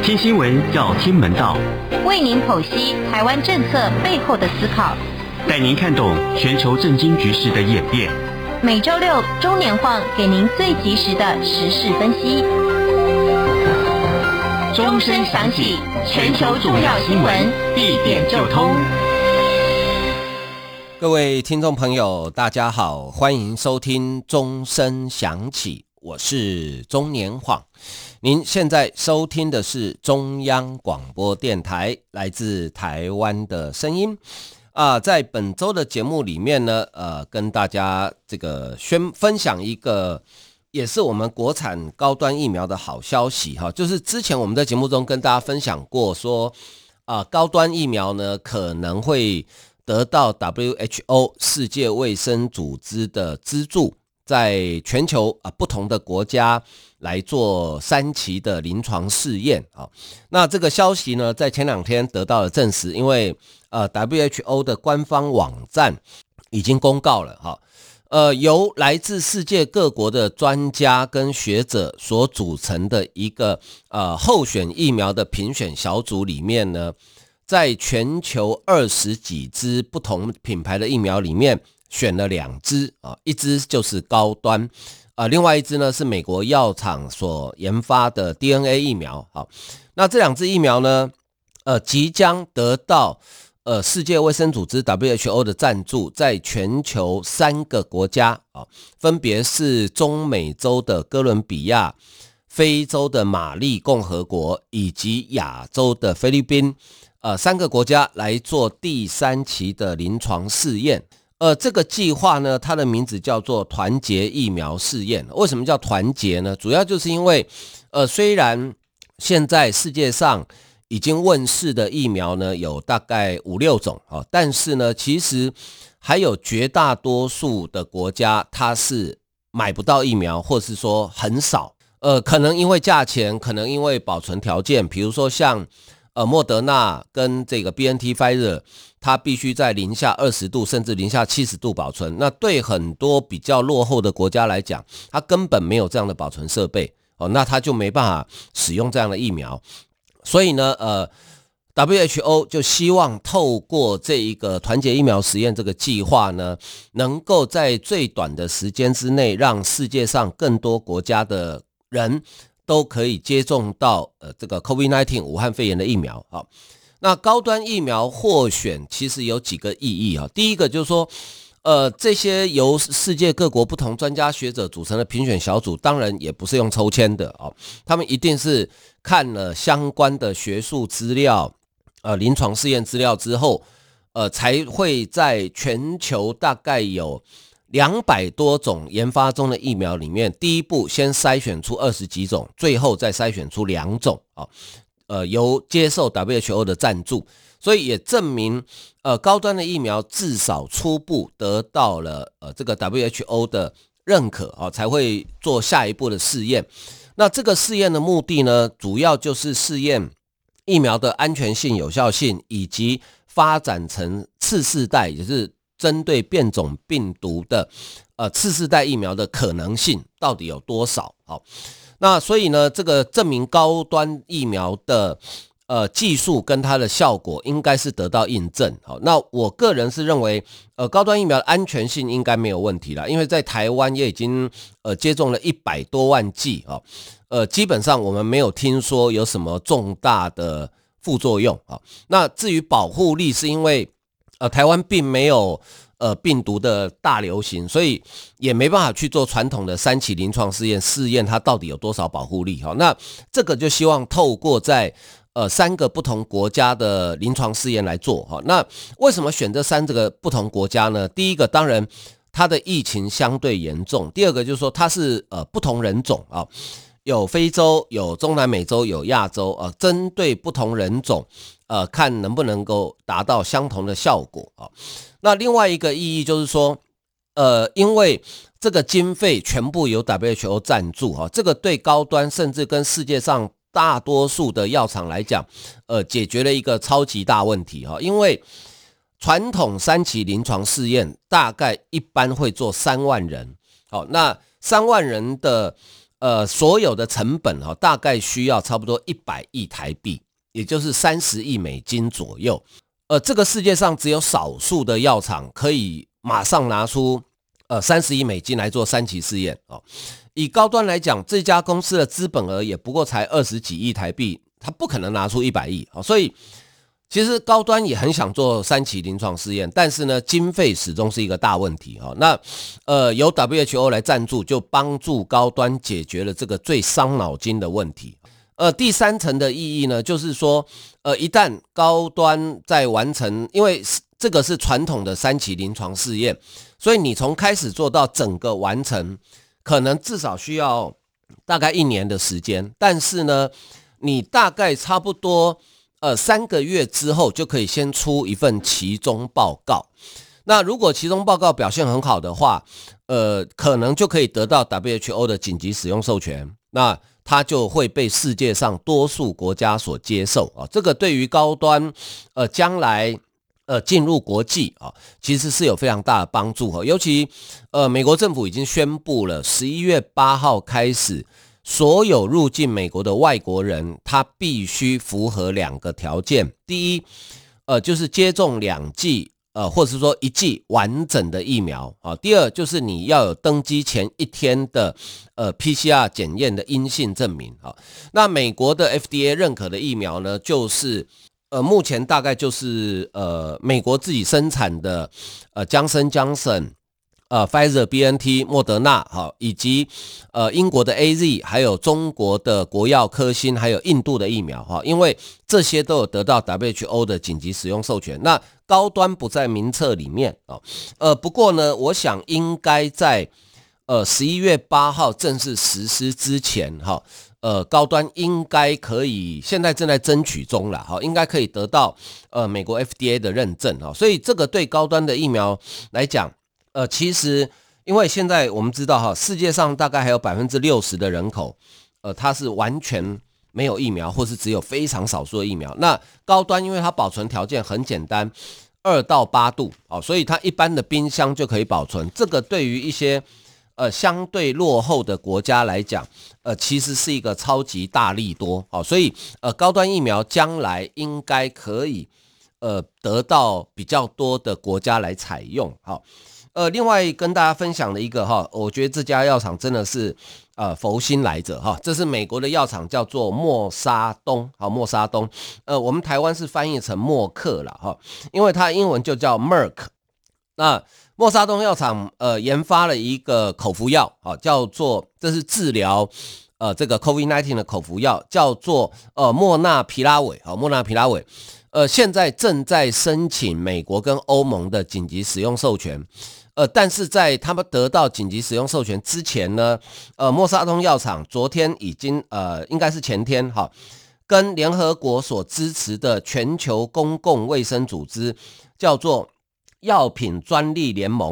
听新闻要听门道， 为您剖析台湾政策背后的思考， 带您看懂全球政经局势的演变。 每周六中年晃给您最及时的时事分析。钟声响起，全球重要新闻一点就通。 各位听众朋友，大家好，欢迎收听钟声响起，我是钟年晃。您现在收听的是中央广播电台来自台湾的声音在本周的节目里面呢，跟大家这个分享一个也是我们国产高端疫苗的好消息哈，就是之前我们在节目中跟大家分享过说高端疫苗呢可能会得到 WHO 世界卫生组织的资助，在全球不同的国家来做3期的临床试验。那这个消息呢在前2天得到了证实，因为WHO 的官方网站已经公告了由来自世界各国的专家跟学者所组成的一个候选疫苗的评选小组里面呢，在全球20几支不同品牌的疫苗里面选了2支一支就是高端另外一支呢是美国药厂所研发的 DNA 疫苗。那这2支疫苗呢即将得到世界卫生组织 WHO 的赞助，在全球3个国家分别是中美洲的哥伦比亚、非洲的马利共和国以及亚洲的菲律宾3个国家来做第3期的临床试验。这个计划呢，它的名字叫做团结疫苗试验。为什么叫团结呢？主要就是因为虽然现在世界上已经问世的疫苗呢有大概5-6种但是呢其实还有绝大多数的国家它是买不到疫苗，或是说很少可能因为价钱，可能因为保存条件，比如说像莫德纳跟这个 BNT Pfizer 它必须在零下20度甚至零下70度保存，那对很多比较落后的国家来讲，它根本没有这样的保存设备那它就没办法使用这样的疫苗。所以呢WHO 就希望透过这一个团结疫苗实验这个计划呢，能够在最短的时间之内让世界上更多国家的人都可以接种到这个 COVID-19 武汉肺炎的疫苗。那高端疫苗获选其实有几个意义第一个就是说这些由世界各国不同专家学者组成的评选小组，当然也不是用抽签的他们一定是看了相关的学术资料临床试验资料之后才会在全球大概有200多种研发中的疫苗里面，第一步先筛选出20几种，最后再筛选出2种由接受 WHO 的赞助，所以也证明高端的疫苗至少初步得到了这个 WHO 的认可才会做下一步的试验。那这个试验的目的呢，主要就是试验疫苗的安全性、有效性，以及发展成次世代，也就是针对变种病毒的次世代疫苗的可能性到底有多少。那所以呢，这个证明高端疫苗的技术跟它的效果应该是得到印证。那我个人是认为高端疫苗的安全性应该没有问题啦，因为在台湾也已经接种了100多万剂基本上我们没有听说有什么重大的副作用那至于保护力，是因为台湾并没有病毒的大流行，所以也没办法去做传统的3期临床试验它到底有多少保护力那这个就希望透过在3个不同国家的临床试验来做那为什么选这3个不同国家呢？第一个当然它的疫情相对严重，第二个就是说它是不同人种有非洲、有中南美洲、有亚洲针对不同人种看能不能够达到相同的效果那另外一个意义就是说因为这个经费全部由 WHO 赞助这个对高端甚至跟世界上大多数的药厂来讲解决了一个超级大问题因为传统3期临床试验大概一般会做3万人那3万人的所有的成本大概需要差不多100亿台币，也就是30亿美金左右。这个世界上只有少数的药厂可以马上拿出30亿美金来做3期试验。以高端来讲，这家公司的资本额也不过才20几亿台币，它不可能拿出100亿。所以其实高端也很想做3期临床试验，但是呢，经费始终是一个大问题。那由 WHO 来赞助，就帮助高端解决了这个最伤脑筋的问题。第3层的意义呢，就是说一旦高端在完成，因为这个是传统的3期临床试验，所以你从开始做到整个完成，可能至少需要大概1年的时间。但是呢，你大概差不多3个月之后就可以先出一份期中报告。那如果期中报告表现很好的话，可能就可以得到 WHO 的紧急使用授权，那它就会被世界上多数国家所接受。这个对于高端将来进入国际其实是有非常大的帮助。尤其美国政府已经宣布了11月8号开始，所有入境美国的外国人他必须符合2个条件。第一就是接种2剂或者是说1剂完整的疫苗。第二就是你要有登机前1天的PCR 检验的阴性证明。那美国的 FDA 认可的疫苗呢，就是目前大概就是美国自己生产的Johnson Johnson、Pfizer、BNT、莫德纳以及英国的 AZ， 还有中国的国药科兴，还有印度的疫苗因为这些都有得到 WHO 的紧急使用授权。那高端不在名册里面不过呢，我想应该在11月8号正式实施之前高端应该可以，现在正在争取中啦应该可以得到美国 FDA 的认证所以这个对高端的疫苗来讲其实因为现在我们知道世界上大概还有 60% 的人口它是完全没有疫苗，或是只有非常少数的疫苗。那高端因为它保存条件很简单，2到8度所以它一般的冰箱就可以保存。这个对于一些相对落后的国家来讲其实是一个超级大利多所以高端疫苗将来应该可以得到比较多的国家来采用另外跟大家分享的一个我觉得这家药厂真的是佛心来着这是美国的药厂，叫做默沙东默沙东我们台湾是翻译成默克啦因为它英文就叫 Merck。 那默沙东药厂研发了一个口服药叫做，这是治疗这个 COVID-19 的口服药，叫做莫纳皮拉韦现在正在申请美国跟欧盟的紧急使用授权。但是在他们得到紧急使用授权之前呢，默沙东药厂昨天已经应该是前天跟联合国所支持的全球公共卫生组织叫做药品专利联盟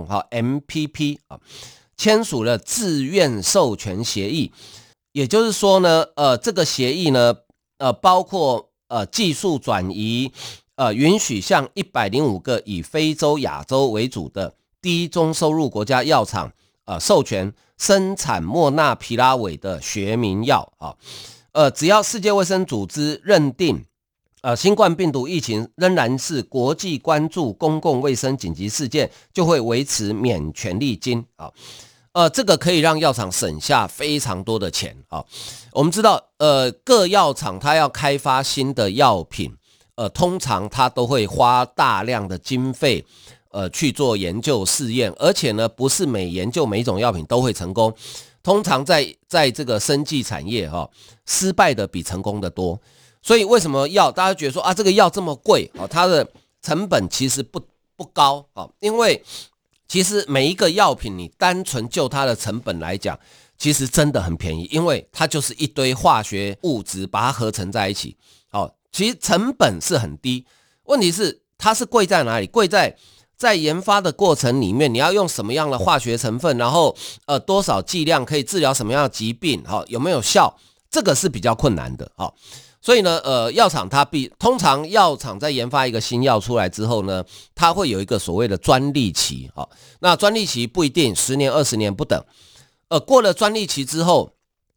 MPP 签署了自愿授权协议。也就是说呢这个协议呢包括技术转移允许向105个以非洲、亚洲为主的低中收入国家药厂授权生产莫纳皮拉韦的学名药只要世界卫生组织认定新冠病毒疫情仍然是国际关注公共卫生紧急事件，就会维持免权利金这个可以让药厂省下非常多的钱我们知道各药厂它要开发新的药品通常它都会花大量的经费去做研究试验，而且呢不是每研究每一种药品都会成功，通常在这个生技产业失败的比成功的多。所以为什么大家觉得说这个药这么贵它的成本其实不高因为其实每一个药品你单纯就它的成本来讲其实真的很便宜，因为它就是一堆化学物质把它合成在一起其实成本是很低，问题是它是贵在哪里？贵在研发的过程里面，你要用什么样的化学成分，然后多少剂量可以治疗什么样的疾病有没有效，这个是比较困难的所以呢药厂通常药厂在研发一个新药出来之后呢，它会有一个所谓的专利期那专利期不一定10年20年不等过了专利期之后，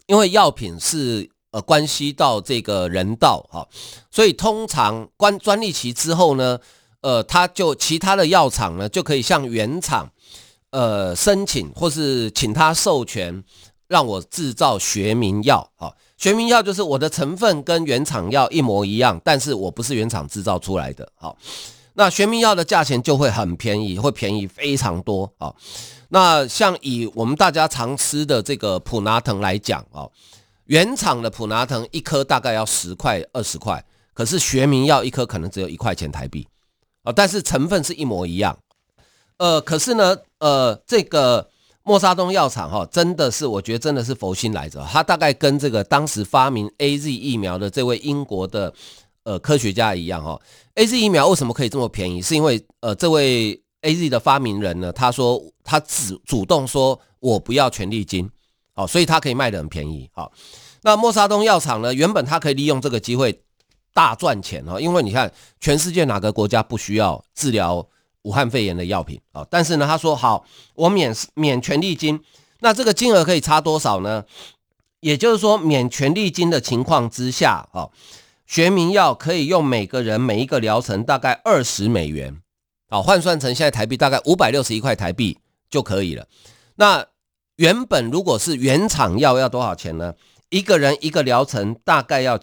因为药品是关系到这个人道哈，所以通常专利期之后呢，它就其他的药厂呢就可以向原厂申请或是请他授权让我制造学名药哈。学名药就是我的成分跟原厂药一模一样，但是我不是原厂制造出来的哈。那学名药的价钱就会很便宜，会便宜非常多啊。那像以我们大家常吃的这个普拿疼来讲啊，原厂的普拿疼一颗大概要10块20块，可是学名药一颗可能只有1块钱台币啊，但是成分是一模一样。可是呢，这个默沙东药厂哈，真的是我觉得真的是佛心来着，他大概跟这个当时发明 AZ 疫苗的这位英国的科学家一样哈。AZ 疫苗为什么可以这么便宜？是因为这位 AZ 的发明人呢，他说他主动说我不要权利金，好，所以他可以卖得很便宜。好，那默沙东药厂呢，原本他可以利用这个机会大赚钱哈，因为你看全世界哪个国家不需要治疗武汉肺炎的药品啊？但是呢，他说好，我免权利金，那这个金额可以差多少呢？也就是说，免权利金的情况之下啊。学名药可以用每个人每一个疗程大概20美元，好，换算成现在台币大概561块台币就可以了。那原本如果是原厂药要多少钱呢？一个人一个疗程大概要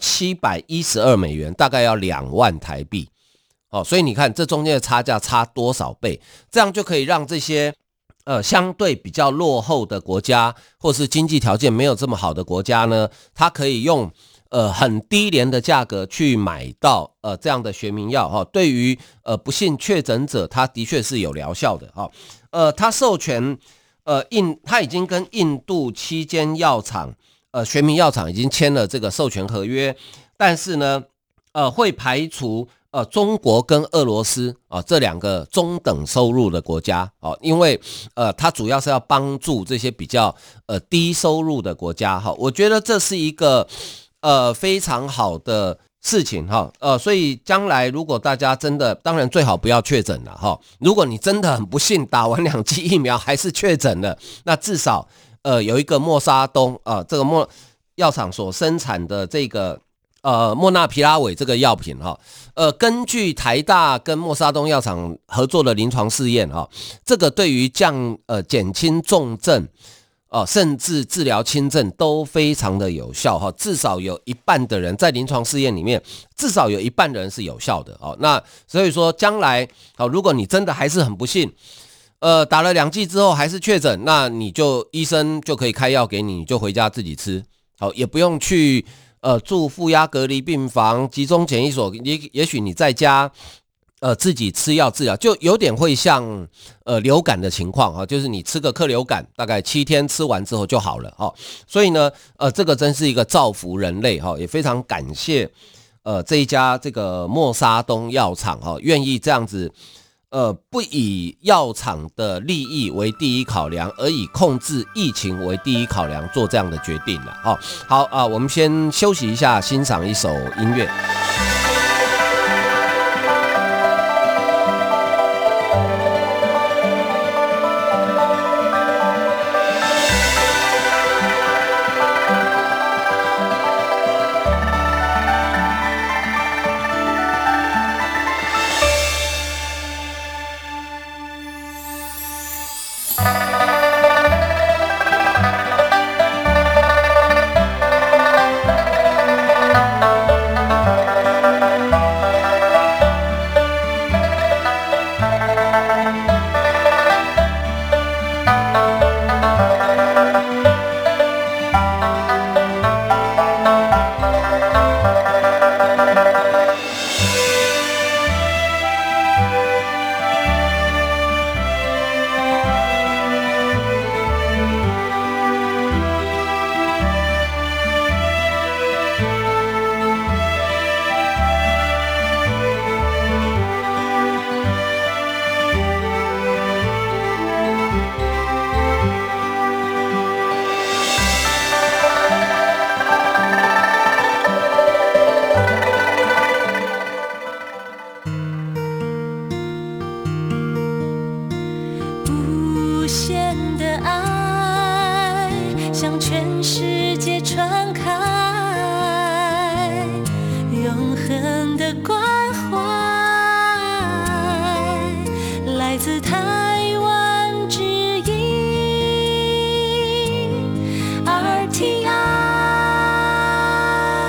712美元，大概要2万台币。好，所以你看这中间的差价差多少倍，这样就可以让这些相对比较落后的国家，或是经济条件没有这么好的国家呢，它可以用很低廉的价格去买到这样的学名药哈，对于不幸确诊者，它的确是有疗效的哈。它授权它已经跟印度7间药厂学名药厂已经签了这个授权合约，但是呢会排除中国跟俄罗斯这2个中等收入的国家因为它主要是要帮助这些比较低收入的国家哈。我觉得这是一个非常好的事情哈，所以将来如果大家真的，当然最好不要确诊了哈。如果你真的很不幸打完2剂疫苗还是确诊了，那至少有一个默沙东这个药厂所生产的这个莫纳皮拉韦这个药品哈，根据台大跟默沙东药厂合作的临床试验哈，这个对于减轻重症甚至治疗轻症都非常的有效哈，至少有一半的人在临床试验里面，至少有一半的人是有效的那所以说将来如果你真的还是很不幸，打了2剂之后还是确诊，那你就医生就可以开药给你，你就回家自己吃，好，也不用去住负压隔离病房、集中检疫所，也许你在家。自己吃药治疗，就有点会像流感的情况就是你吃个克流感，大概7天吃完之后就好了所以呢，这个真是一个造福人类也非常感谢这一家这个默沙东药厂愿意这样子不以药厂的利益为第一考量，而以控制疫情为第一考量做这样的决定了好我们先休息一下，欣赏一首音乐。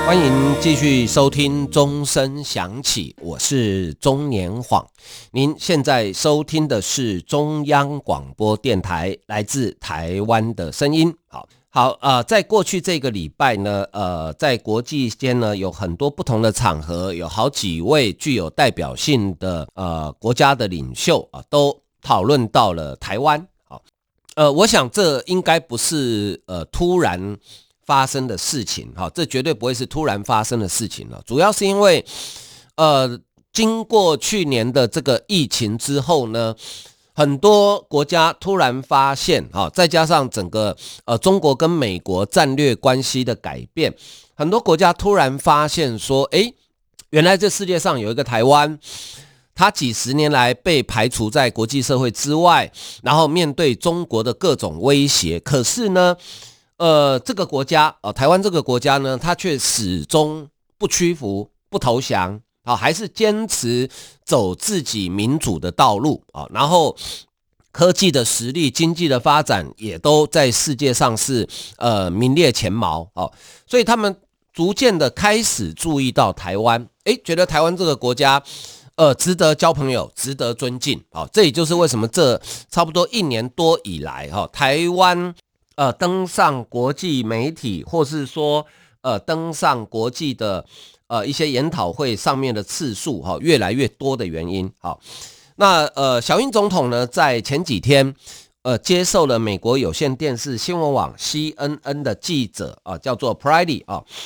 欢迎继续收听钟声响起，我是钟年晃。您现在收听的是中央广播电台来自台湾的声音。在过去这个礼拜呢，在国际间呢有很多不同的场合，有好几位具有代表性的国家的领袖都讨论到了台湾。我想这应该不是突然发生的事情，这绝对不会是突然发生的事情了。主要是因为经过去年的这个疫情之后呢，很多国家突然发现，再加上整个中国跟美国战略关系的改变，很多国家突然发现说，原来这世界上有一个台湾，它几十年来被排除在国际社会之外，然后面对中国的各种威胁，可是呢，这个国家台湾这个国家呢，它却始终不屈服、不投降。还是坚持走自己民主的道路然后科技的实力、经济的发展也都在世界上是名列前茅所以他们逐渐的开始注意到台湾，觉得台湾这个国家值得交朋友，值得尊敬这也就是为什么这差不多1年多以来台湾登上国际媒体，或是说登上国际的一些研讨会上面的次数越来越多的原因。那小英总统呢，在前几天接受了美国有线电视新闻网 CNN 的记者叫做 Lipri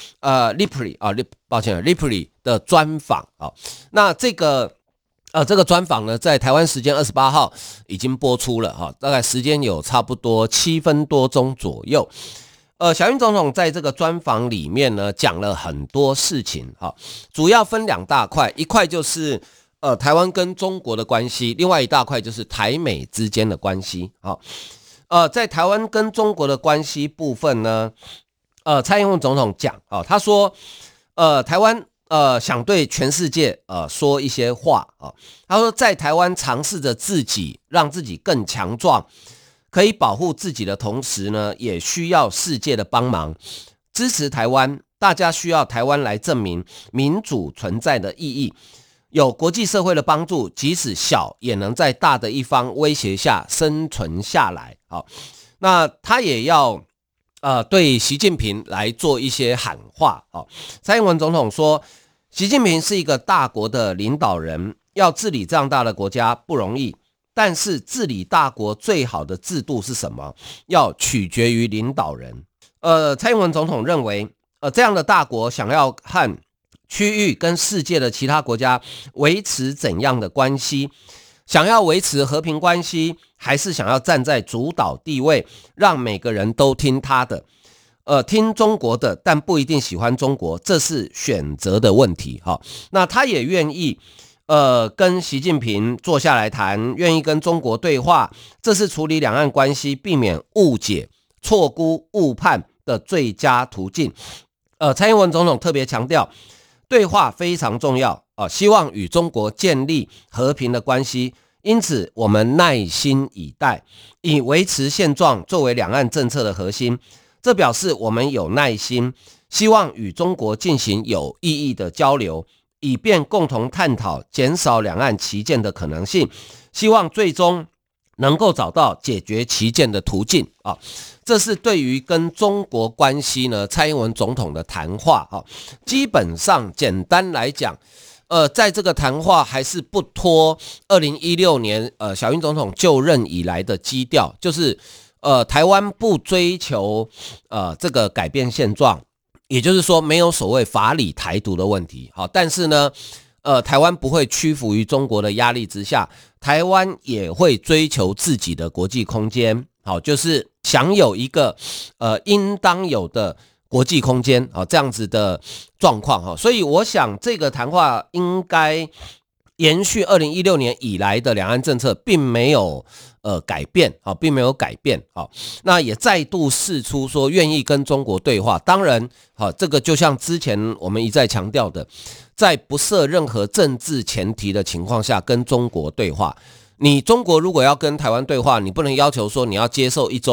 Lipri 的专访那这个专访呢，在台湾时间28号已经播出了大概时间有差不多7分多钟左右。小英总统在这个专访里面呢，讲了很多事情主要分2大块，一块就是台湾跟中国的关系，另外一大块就是台美之间的关系在台湾跟中国的关系部分呢，蔡英文总统讲他说台湾想对全世界说一些话他说在台湾尝试着让自己更强壮，可以保护自己的同时呢，也需要世界的帮忙，支持台湾，大家需要台湾来证明民主存在的意义，有国际社会的帮助，即使小也能在大的一方威胁下生存下来那他也要对习近平来做一些喊话蔡英文总统说，习近平是一个大国的领导人，要治理这样大的国家不容易，但是治理大国最好的制度是什么？要取决于领导人。蔡英文总统认为，这样的大国想要和区域跟世界的其他国家维持怎样的关系？想要维持和平关系，还是想要站在主导地位，让每个人都听他的？听中国的，但不一定喜欢中国，这是选择的问题那他也愿意跟习近平坐下来谈，愿意跟中国对话，这是处理两岸关系、避免误解、错估、误判的最佳途径。蔡英文总统特别强调，对话非常重要希望与中国建立和平的关系，因此我们耐心以待，以维持现状作为两岸政策的核心。这表示我们有耐心，希望与中国进行有意义的交流，以便共同探讨减少两岸歧见的可能性，希望最终能够找到解决歧见的途径这是对于跟中国关系呢，蔡英文总统的谈话基本上简单来讲在这个谈话还是不脱2016年小英总统就任以来的基调，就是台湾不追求这个改变现状，也就是说没有所谓法理台独的问题但是呢台湾不会屈服于中国的压力之下，台湾也会追求自己的国际空间就是享有一个应当有的国际空间这样子的状况所以我想这个谈话应该延续2016年以来的两岸政策，并没有改变并没有改变那也再度释出说愿意跟中国对话。当然这个就像之前我们一再强调的，在不设任何政治前提的情况下跟中国对话。你中国如果要跟台湾对话，你不能要求说你要接受一中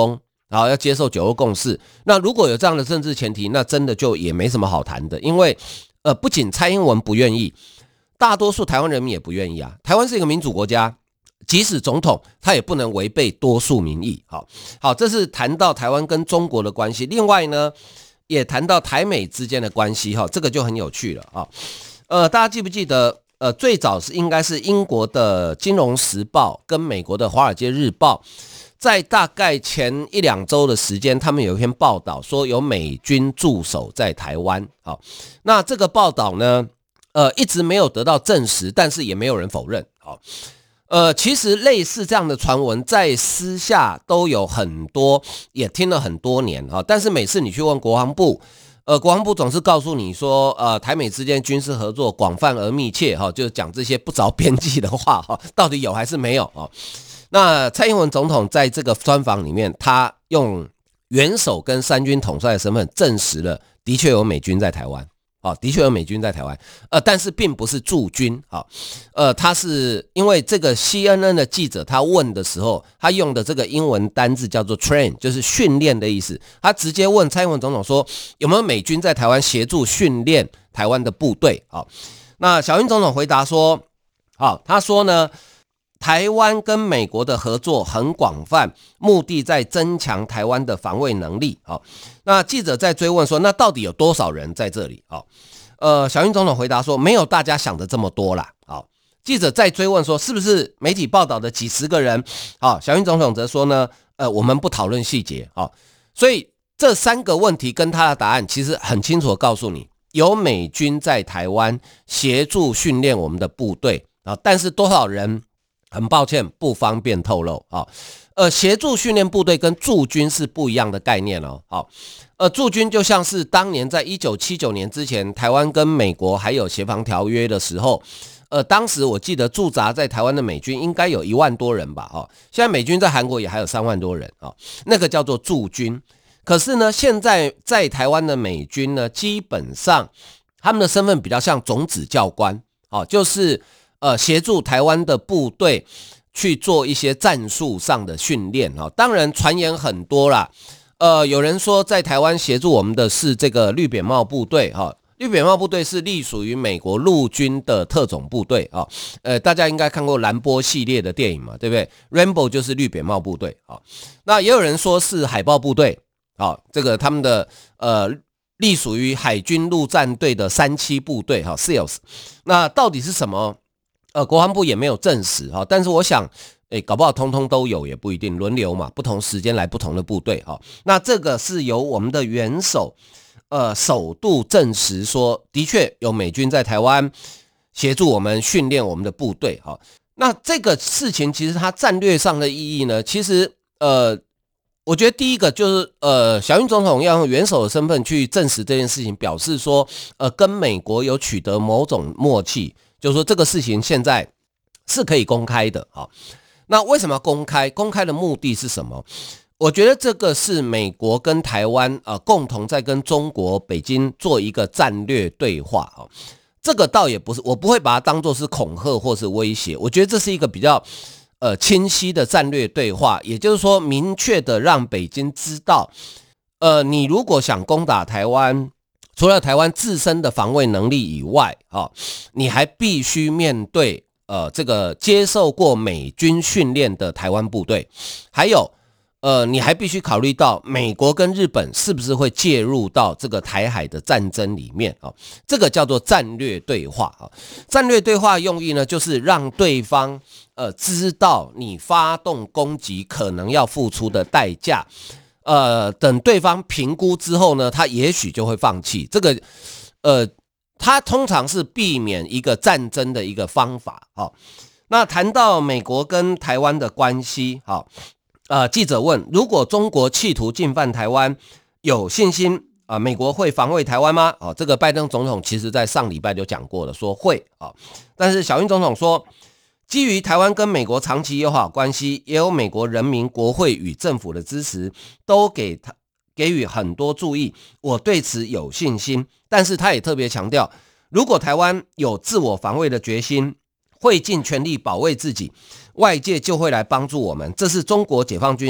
好，要接受9·2共识。那如果有这样的政治前提，那真的就也没什么好谈的，因为不仅蔡英文不愿意，大多数台湾人民也不愿意啊。台湾是一个民主国家，即使总统他也不能违背多数民意。好，这是谈到台湾跟中国的关系。另外呢，也谈到台美之间的关系，这个就很有趣了啊。大家记不记得？最早是应该是英国的《金融时报》跟美国的《华尔街日报》，在大概前1-2周的时间，他们有一篇报道说有美军驻守在台湾。好，那这个报道呢，一直没有得到证实，但是也没有人否认。好，其实类似这样的传闻在私下都有很多，也听了很多年啊。但是每次你去问国防部，国防部总是告诉你说，台美之间军事合作广泛而密切，就是讲这些不着边际的话，到底有还是没有？那蔡英文总统在这个专访里面，他用元首跟三军统帅的身份证实了，的确有美军在台湾。的确有美军在台湾，但是并不是驻军。他是因为这个 CNN 的记者他问的时候，他用的这个英文单字叫做 train， 就是训练的意思。他直接问蔡英文总统说，有没有美军在台湾协助训练台湾的部队？那小英总统回答说，他说呢，台湾跟美国的合作很广泛，目的在增强台湾的防卫能力。那记者在追问说，那到底有多少人在这里？小英总统回答说，没有大家想的这么多啦。记者再追问说，是不是媒体报道的几十个人？小英总统则说呢，我们不讨论细节。所以这3个问题跟他的答案其实很清楚的告诉你，有美军在台湾协助训练我们的部队，但是多少人？很抱歉，不方便透露。协助训练部队跟驻军是不一样的概念哦。驻军就像是当年在1979年之前，台湾跟美国还有协防条约的时候，当时我记得驻扎在台湾的美军应该有1万多人吧。现在美军在韩国也还有3万多人，那个叫做驻军。可是呢，现在在台湾的美军呢，基本上他们的身份比较像种子教官，就是协助台湾的部队去做一些战术上的训练。当然传言很多啦，有人说在台湾协助我们的是这个绿扁帽部队。绿扁帽部队是隶属于美国陆军的特种部队。大家应该看过蓝波系列的电影嘛，对不对？ Rainbow 就是绿扁帽部队。那也有人说是海豹部队，这个他们的隶属于海军陆战队的37部队 SEALs。 那到底是什么？国防部也没有证实。但是我想搞不好通通都有也不一定，轮流嘛，不同时间来不同的部队。那这个是由我们的元首首度证实说，的确有美军在台湾协助我们训练我们的部队。那这个事情其实它战略上的意义呢，其实我觉得第一个就是小英总统要用元首的身份去证实这件事情，表示说跟美国有取得某种默契，就是说这个事情现在是可以公开的。那为什么要公开？公开的目的是什么？我觉得这个是美国跟台湾共同在跟中国北京做一个战略对话。这个倒也不是，我不会把它当作是恐吓或是威胁，我觉得这是一个比较清晰的战略对话，也就是说明确的让北京知道，你如果想攻打台湾，除了台湾自身的防卫能力以外，你还必须面对这个接受过美军训练的台湾部队，还有你还必须考虑到美国跟日本是不是会介入到这个台海的战争里面。这个叫做战略对话。战略对话用意呢，就是让对方知道你发动攻击可能要付出的代价。等对方评估之后呢，他也许就会放弃。这个它通常是避免一个战争的一个方法。那谈到美国跟台湾的关系，记者问，如果中国企图进犯台湾，有信心美国会防卫台湾吗？这个拜登总统其实在上礼拜就讲过了，说会。但是小英总统说，基于台湾跟美国长期友好关系，也有美国人民、国会与政府的支持，都给予很多注意，我对此有信心。但是他也特别强调，如果台湾有自我防卫的决心，会尽全力保卫自己，外界就会来帮助我们。这是中国解放军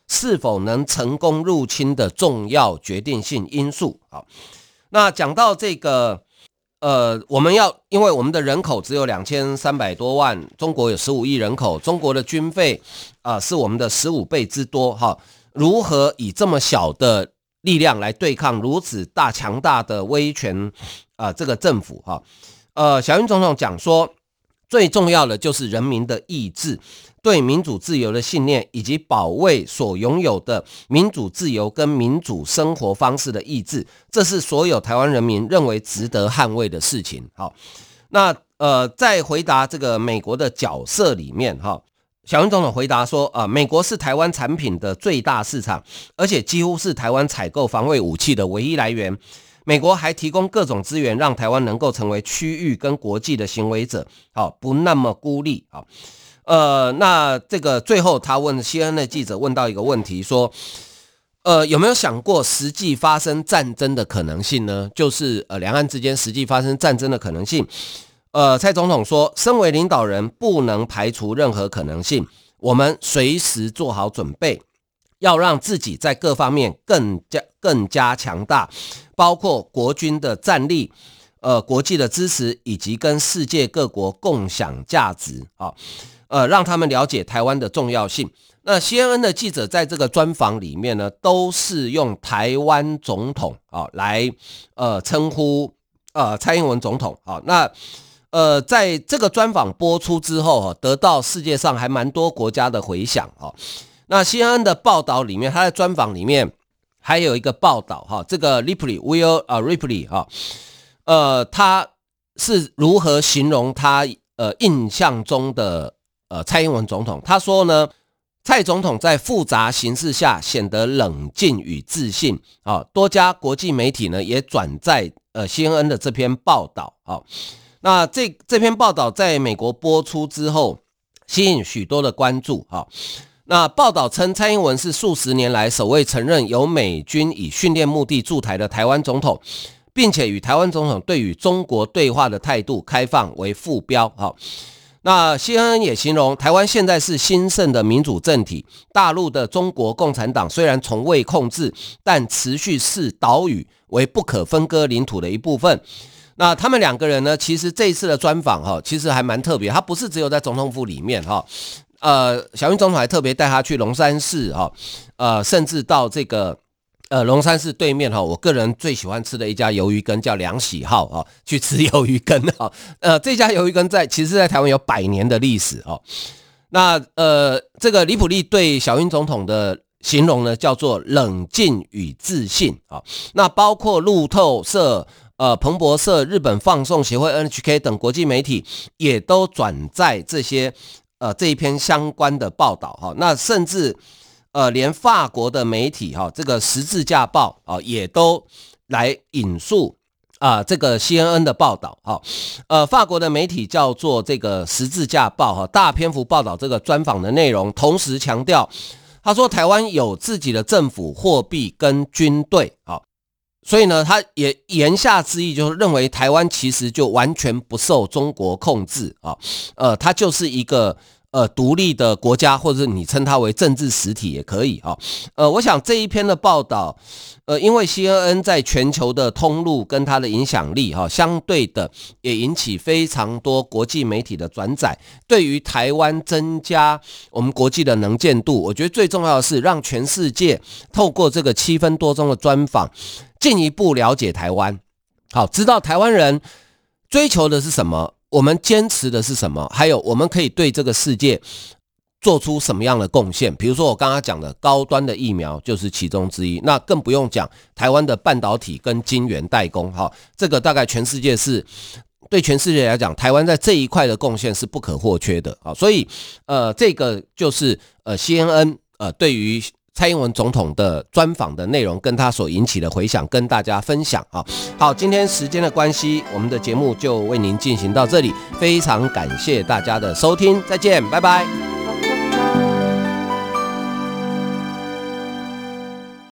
是否能成功入侵的重要决定性因素。好，那讲到这个因为我们的人口只有2300多万，中国有15亿人口，中国的军费是我们的15倍之多哈。如何以这么小的力量来对抗如此强大的威权这个政府哈？小英总统讲说，最重要的就是人民的意志、对民主自由的信念，以及保卫所拥有的民主自由跟民主生活方式的意志，这是所有台湾人民认为值得捍卫的事情。好，那在回答这个美国的角色里面哈，小英总统回答说，美国是台湾产品的最大市场，而且几乎是台湾采购防卫武器的唯一来源。美国还提供各种资源，让台湾能够成为区域跟国际的行为者，好，不那么孤立。好，那这个最后他问 CNN 的记者问到一个问题，说，有没有想过实际发生战争的可能性呢？就是两岸之间实际发生战争的可能性。蔡总统说，身为领导人不能排除任何可能性，我们随时做好准备。要让自己在各方面更加强大，包括国军的战力、国际的支持，以及跟世界各国共享价值让他们了解台湾的重要性。那 CNN 的记者在这个专访里面呢，都是用台湾总统来称呼蔡英文总统。那在这个专访播出之后得到世界上还蛮多国家的回响。那 CNN 的报道里面，他在专访里面还有一个报道这个 Will Ripley 他是如何形容他印象中的蔡英文总统？他说呢，蔡总统在复杂形势下显得冷静与自信。多家国际媒体呢也转载CNN 的这篇报道。那这篇报道在美国播出之后，吸引许多的关注。那报道称，蔡英文是数十年来首位承认由美军以训练目的驻台的台湾总统，并且与台湾总统对与中国对话的态度开放为副标。那 CNN 也形容台湾现在是兴盛的民主政体，大陆的中国共产党虽然从未控制，但持续视岛屿为不可分割领土的一部分。那他们两个人呢，其实这一次的专访其实还蛮特别，他不是只有在总统府里面小英总统还特别带他去龙山寺甚至到这个龙山寺对面我个人最喜欢吃的一家鱿鱼羹叫梁喜好去吃鱿鱼羹这家鱿鱼羹其实在台湾有100年的历史那这个李普利对小英总统的形容呢叫做冷静与自信那包括路透社、彭博社、日本放送协会 NHK 等国际媒体也都转载这一篇相关的报道那甚至连法国的媒体这个十字架报也都来引述这个 CNN 的报道法国的媒体叫做这个十字架报大篇幅报道这个专访的内容，同时强调他说台湾有自己的政府、货币跟军队所以呢，他也言下之意就是认为台湾其实就完全不受中国控制它就是一个独立的国家，或者你称它为政治实体也可以我想这一篇的报道因为 CNN 在全球的通路跟它的影响力相对的也引起非常多国际媒体的转载，对于台湾增加我们国际的能见度。我觉得最重要的是让全世界透过这个7分多钟的专访进一步了解台湾，知道台湾人追求的是什么，我们坚持的是什么，还有我们可以对这个世界做出什么样的贡献。比如说我刚刚讲的高端的疫苗就是其中之一，那更不用讲台湾的半导体跟晶圆代工这个大概对全世界来讲，台湾在这一块的贡献是不可或缺的所以这个就是CNN 对于蔡英文总统的专访的内容跟他所引起的回响跟大家分享好，今天时间的关系，我们的节目就为您进行到这里，非常感谢大家的收听，再见，拜拜。